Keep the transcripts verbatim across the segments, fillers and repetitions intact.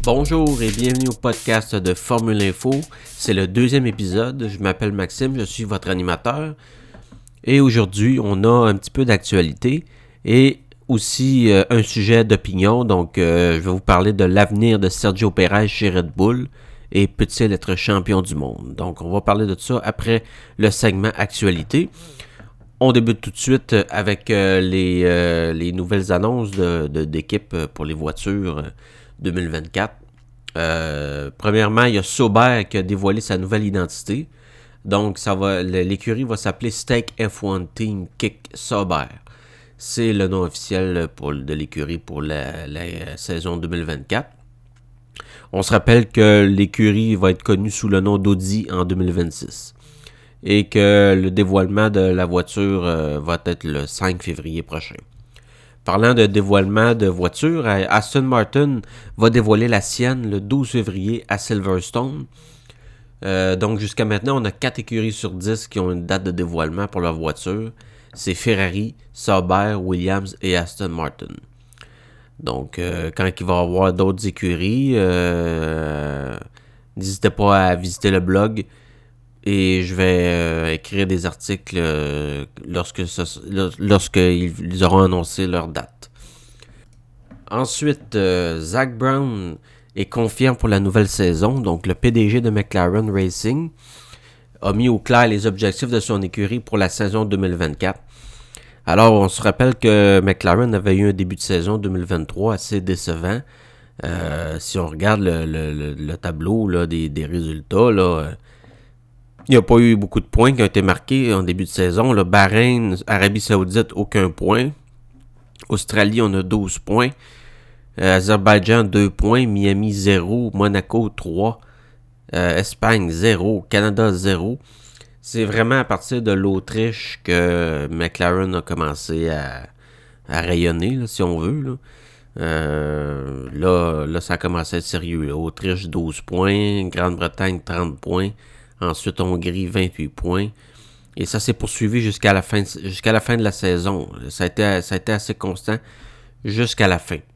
Bonjour et bienvenue au podcast de Formule Info. C'est le deuxième épisode. Je m'appelle Maxime, je suis votre animateur. Et aujourd'hui, on a un petit peu d'actualité et aussi euh, un sujet d'opinion. Donc, euh, je vais vous parler de l'avenir de Sergio Pérez chez Red Bull et peut-il être champion du monde. Donc, on va parler de ça après le segment actualité. On débute tout de suite avec euh, les, euh, les nouvelles annonces de, de, d'équipe pour les voitures euh, deux mille vingt-quatre. Euh, premièrement, il y a Sauber qui a dévoilé sa nouvelle identité. Donc, ça va, l'écurie va s'appeler Stake F un Team Kick Sauber. C'est le nom officiel pour, de l'écurie pour la, la saison deux mille vingt-quatre. On se rappelle que l'écurie va être connue sous le nom d'Audi en deux mille vingt-six. Et que le dévoilement de la voiture euh, va être le cinq février prochain. Parlant de dévoilement de voiture, Aston Martin va dévoiler la sienne le douze février à Silverstone. Euh, donc jusqu'à maintenant, on a quatre écuries sur dix qui ont une date de dévoilement pour leur voiture. C'est Ferrari, Sauber, Williams et Aston Martin. Donc euh, quand il va y avoir d'autres écuries, euh, n'hésitez pas à visiter le blog. Et je vais euh, écrire des articles euh, lorsque, ce, lorsque ils, ils auront annoncé leur date. Ensuite, euh, Zak Brown est confiant pour la nouvelle saison. Donc, le P D G de McLaren Racing a mis au clair les objectifs de son écurie pour la saison deux mille vingt-quatre. Alors, on se rappelle que McLaren avait eu un début de saison deux mille vingt-trois assez décevant. Euh, si on regarde le, le, le tableau là, des, des résultats, là... Il n'y a pas eu beaucoup de points qui ont été marqués en début de saison. Le Bahreïn, Arabie Saoudite, aucun point. Australie, on a douze points. Euh, Azerbaïdjan, deux points. Miami, zéro. Monaco, trois. Euh, Espagne, zéro. Canada, zéro. C'est vraiment à partir de l'Autriche que McLaren a commencé à, à rayonner, là, si on veut. Là. Euh, là, là, ça a commencé à être sérieux. Là. Autriche, douze points. Grande-Bretagne, trente points. Ensuite, Hongrie, vingt-huit points. Et ça s'est poursuivi jusqu'à la fin de, jusqu'à la fin de la saison. Ça a été, ça a été assez constant jusqu'à la fin.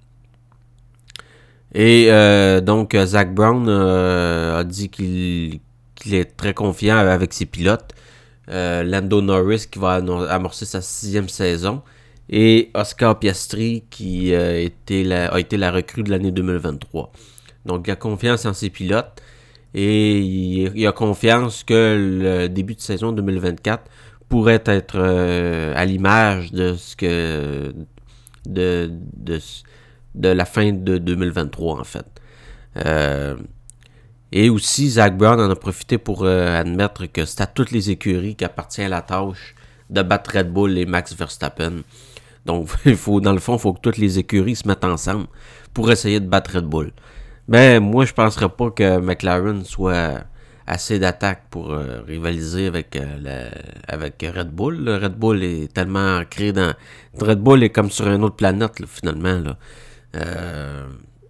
Et euh, donc, Zak Brown euh, a dit qu'il, qu'il est très confiant avec ses pilotes. Euh, Lando Norris qui va amorcer sa sixième saison. Et Oscar Piastri qui euh, était la, a été la recrue de l'année deux mille vingt-trois. Donc, il a confiance en ses pilotes. Et il a confiance que le début de saison deux mille vingt-quatre pourrait être euh, à l'image de ce que de, de, de la fin de deux mille vingt-trois en fait. Euh, et aussi, Zak Brown en a profité pour euh, admettre que c'est à toutes les écuries qu'appartient la tâche de battre Red Bull et Max Verstappen. Donc, il faut, dans le fond, il faut que toutes les écuries se mettent ensemble pour essayer de battre Red Bull. Ben, moi, je penserais pas que McLaren soit assez d'attaque pour euh, rivaliser avec, euh, la, avec Red Bull. Le Red Bull est tellement ancré dans... Red Bull est comme sur une autre planète, là, finalement. Là. Euh,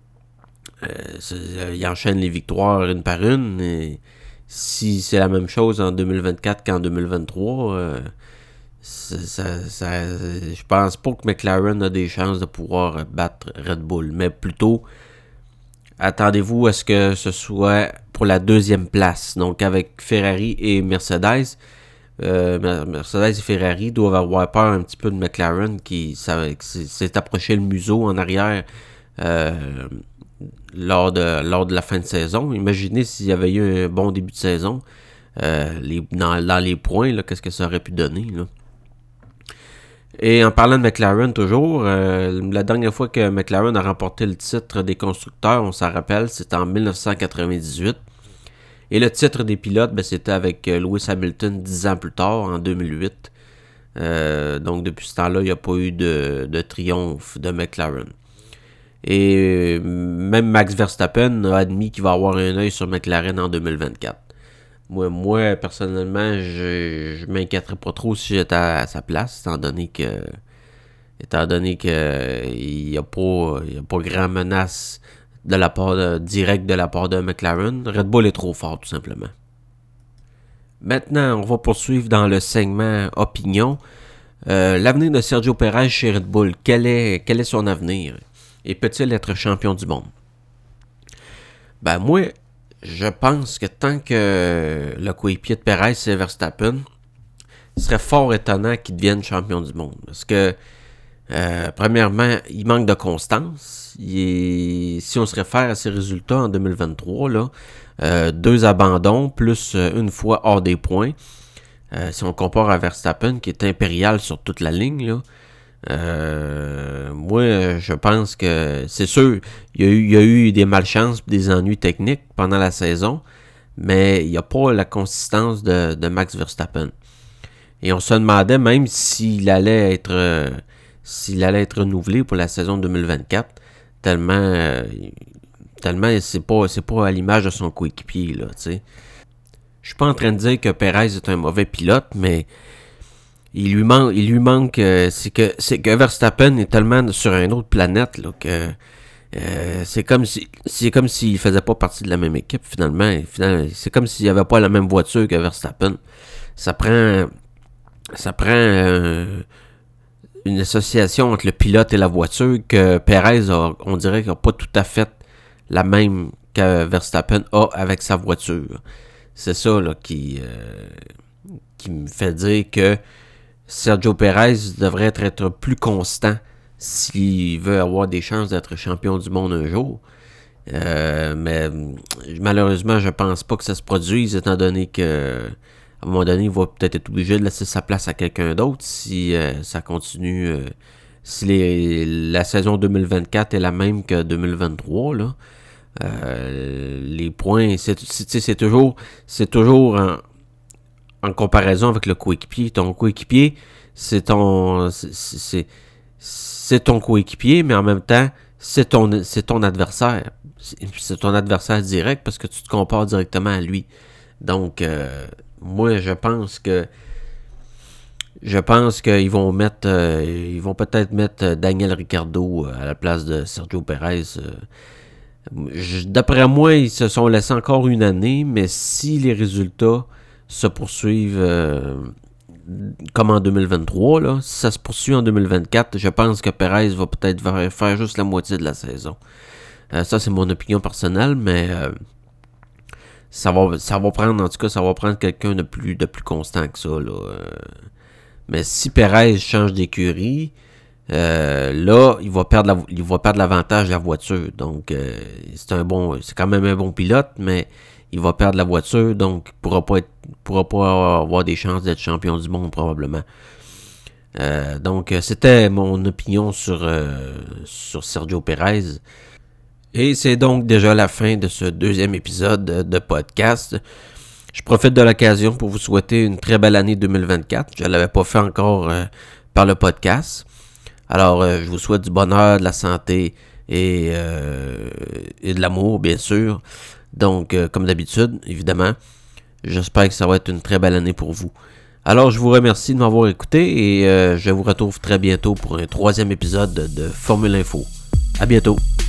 euh, il enchaîne les victoires une par une. Et si c'est la même chose en deux mille vingt-quatre qu'en deux mille vingt-trois, euh, ça, ça, ça, je pense pas que McLaren a des chances de pouvoir battre Red Bull. Mais plutôt... Attendez-vous à ce que ce soit pour la deuxième place. Donc, avec Ferrari et Mercedes, euh, Mercedes et Ferrari doivent avoir peur un petit peu de McLaren qui, ça, qui s'est approché le museau en arrière euh, lors, de, lors de la fin de saison. Imaginez s'il y avait eu un bon début de saison euh, les, dans, dans les points, là, qu'est-ce que ça aurait pu donner, là. Et en parlant de McLaren toujours, euh, la dernière fois que McLaren a remporté le titre des constructeurs, on s'en rappelle, c'était en dix-neuf cent quatre-vingt-dix-huit. Et le titre des pilotes, ben, c'était avec Lewis Hamilton dix ans plus tard, en deux mille huit. Euh, donc depuis ce temps-là, il n'y a pas eu de, de triomphe de McLaren. Et même Max Verstappen a admis qu'il va avoir un œil sur McLaren en deux mille vingt-quatre. Moi, moi, personnellement, je, je m'inquiéterais pas trop si j'étais à, à sa place, étant donné que étant donné que il n'y a pas il y a pas grand menace de la part de, directe de la part de McLaren. Red Bull est trop fort, tout simplement. Maintenant, on va poursuivre dans le segment opinion. Euh, l'avenir de Sergio Pérez chez Red Bull, quel est, quel est son avenir? Et peut-il être champion du monde? Ben moi, je pense que tant que le coéquipier de Perez, c'est Verstappen, ce serait fort étonnant qu'il devienne champion du monde. Parce que, euh, premièrement, il manque de constance. Il est, si on se réfère à ses résultats en deux mille vingt-trois, là, euh, deux abandons, plus une fois hors des points. Euh, si on compare à Verstappen, qui est impérial sur toute la ligne, là, euh, moi, je pense que c'est sûr, il y a eu, il y a eu des malchances, des ennuis techniques pendant la saison, mais il n'y a pas la consistance de, de Max Verstappen. Et on se demandait même s'il allait être euh, s'il allait être renouvelé pour la saison deux mille vingt-quatre, tellement euh, tellement c'est pas c'est pas à l'image de son coéquipier là, tu sais. Je suis pas en train de dire que Perez est un mauvais pilote, mais il lui manque il lui manque euh, c'est que c'est que Verstappen est tellement sur une autre planète là que euh, c'est comme si c'est comme s'il faisait pas partie de la même équipe finalement, finalement c'est comme s'il avait pas la même voiture que Verstappen. Ça prend Ça prend euh, une association entre le pilote et la voiture que Perez, a, on dirait qu'il n'a pas tout à fait la même que Verstappen a avec sa voiture. C'est ça là, qui, euh, qui me fait dire que Sergio Perez devrait être, être plus constant s'il veut avoir des chances d'être champion du monde un jour. Euh, mais malheureusement, je pense pas que ça se produise, étant donné que à un moment donné, il va peut-être être obligé de laisser sa place à quelqu'un d'autre si euh, ça continue. Euh, si les, la saison deux mille vingt-quatre est la même que deux mille vingt-trois, là, euh, les points, c'est, c'est, c'est toujours, c'est toujours en, en comparaison avec le coéquipier. Ton coéquipier, c'est ton, c'est, c'est, c'est ton coéquipier, mais en même temps, c'est ton, c'est ton adversaire. C'est, c'est ton adversaire direct parce que tu te compares directement à lui. Donc, euh, moi, je pense que je pense qu'ils vont mettre euh, ils vont peut-être mettre Daniel Ricciardo à la place de Sergio Perez. Je, d'après moi, ils se sont laissés encore une année, mais si les résultats se poursuivent euh, comme en deux mille vingt-trois, là, si ça se poursuit en deux mille vingt-quatre, je pense que Perez va peut-être faire juste la moitié de la saison. Euh, ça, c'est mon opinion personnelle, mais euh, Ça va, ça va prendre, en tout cas, ça va prendre quelqu'un de plus, de plus constant que ça, là. Euh, mais si Perez change d'écurie, euh, là, il va perdre la, il va perdre l'avantage de la voiture. Donc, euh, c'est un bon, c'est quand même un bon pilote, mais il va perdre la voiture, donc il pourra pas être, pourra pas avoir des chances d'être champion du monde, probablement. Euh, donc, c'était mon opinion sur, euh, sur Sergio Perez. Et c'est donc déjà la fin de ce deuxième épisode de podcast. Je profite de l'occasion pour vous souhaiter une très belle année deux mille vingt-quatre. Je ne l'avais pas fait encore euh, par le podcast. Alors, euh, je vous souhaite du bonheur, de la santé et, euh, et de l'amour, bien sûr. Donc, euh, comme d'habitude, évidemment, j'espère que ça va être une très belle année pour vous. Alors, je vous remercie de m'avoir écouté et euh, je vous retrouve très bientôt pour un troisième épisode de, de Formule Info. À bientôt!